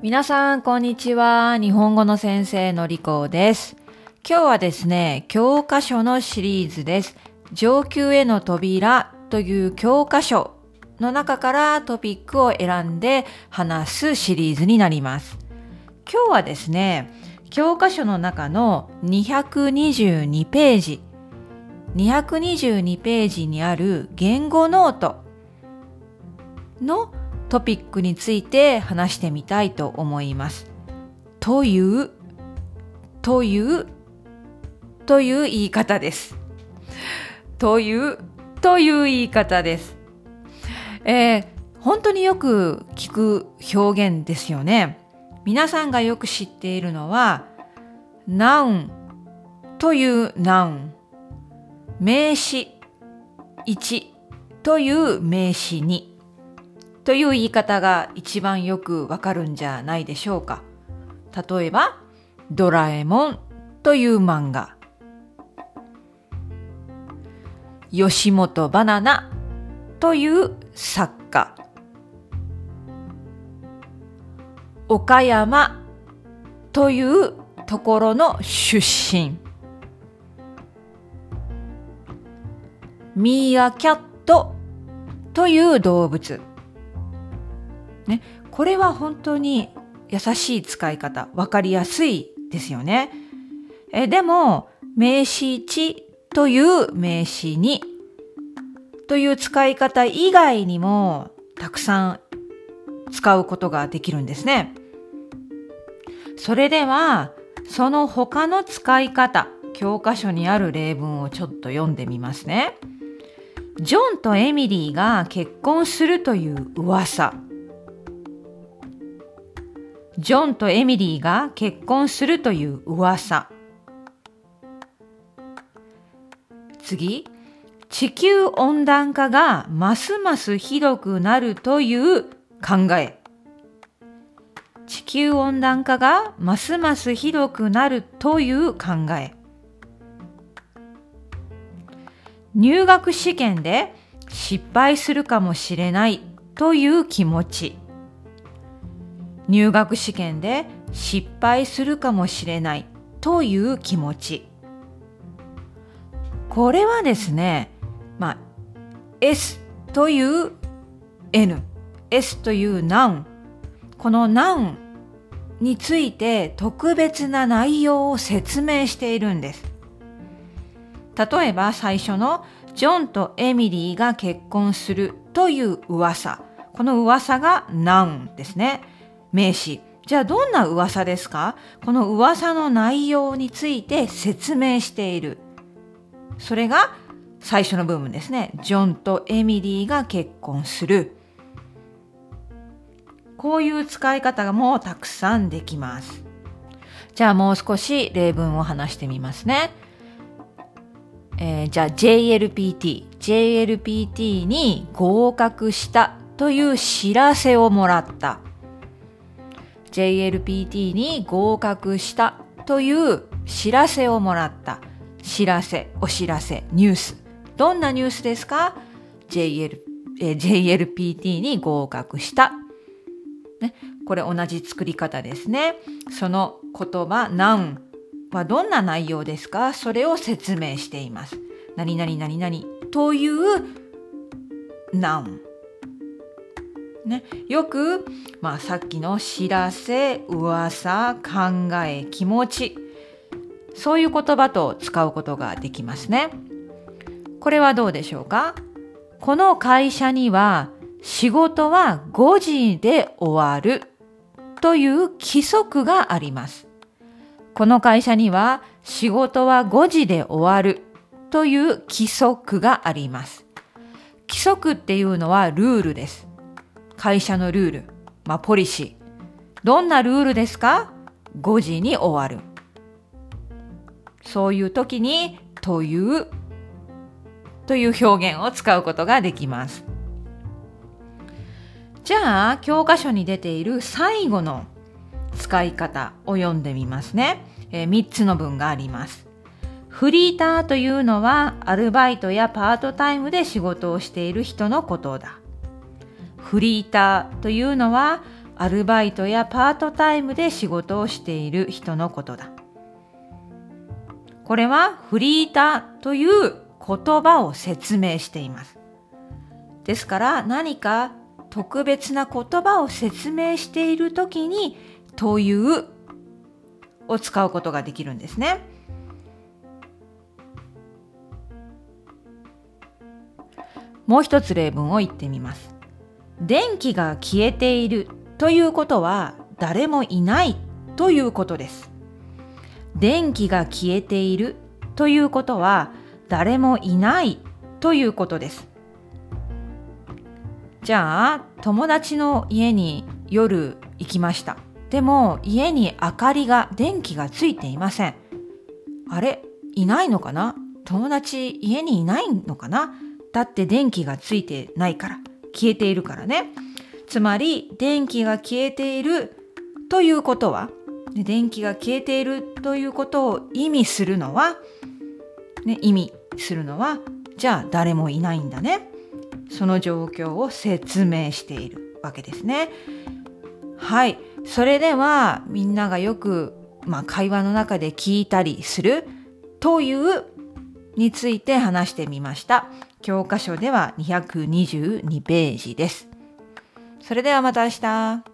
皆さん、こんにちは。日本語の先生のりこです。今日はですね、教科書のシリーズです。上級への扉という教科書の中からトピックを選んで話すシリーズになります。今日はですね、教科書の中の222ページ、222ページにある言語ノートのトピックについて話してみたいと思います。という言い方です。という言い方です。本当によく聞く表現ですよね。皆さんがよく知っているのは、ナウンというナウン、名詞1という名詞2という言い方が一番よくわかるんじゃないでしょうか。例えば、ドラえもんという漫画、吉本バナナという作家、岡山というところの出身、ミーアキャットという動物、ね、これは本当に優しい使い方、わかりやすいですよね。でも、名詞1という名詞2という使い方以外にもたくさん使うことができるんですね。それでは、その他の使い方、教科書にある例文をちょっと読んでみますね。ジョンとエミリーが結婚するという噂。ジョンとエミリーが結婚するという噂。次、地球温暖化がますますひどくなるという考え。地球温暖化がますますひどくなるという考え。入学試験で失敗するかもしれないという気持ち。入学試験で失敗するかもしれないという気持ち。これはですね、S という N、S というナウン、このナウンについて特別な内容を説明しているんです。例えば最初のジョンとエミリーが結婚するという噂。この噂がナウンですね。名詞。じゃあどんな噂ですか？この噂の内容について説明している。それが最初の部分ですね。ジョンとエミリーが結婚する。こういう使い方がもうたくさんできます。じゃあもう少し例文を話してみますね。じゃあ JLPT に合格したという知らせをもらった。JLPT に合格したという知らせをもらった。知らせ、お知らせ、ニュース。どんなニュースですか？ JLPT に合格した。ね、これ同じ作り方ですね。その言葉、ナウンはどんな内容ですか？それを説明しています。何々何々というナウン。ね、よく、さっきの知らせ、噂、考え、気持ち、そういう言葉と使うことができますね。これはどうでしょうか？この会社には仕事は5時で終わるという規則があります。この会社には仕事は5時で終わるという規則があります。規則っていうのはルールです。会社のルール、ポリシー。どんなルールですか？ 5 時に終わる。そういう時にという表現を使うことができます。じゃあ、教科書に出ている最後の使い方を読んでみますね。3つの文があります。フリーターというのはアルバイトやパートタイムで仕事をしている人のことだ。フリーターというのはアルバイトやパートタイムで仕事をしている人のことだ。これはフリータという言葉を説明しています。ですから何か特別な言葉を説明しているときにというを使うことができるんですね。もう一つ例文を言ってみます。電気が消えているということは誰もいないということです。電気が消えているということは誰もいないということです。じゃあ、友達の家に夜行きました。でも家に電気がついていません。あれ、いないのかな？友達家にいないのかな？だって電気がついてないから、消えているからね。つまり電気が消えているということは、電気が消えているということを意味するのは、じゃあ誰もいないんだね。その状況を説明しているわけですね。はい。それではみんながよく、会話の中で聞いたりするというについて話してみました。教科書では222ページです。それではまた明日。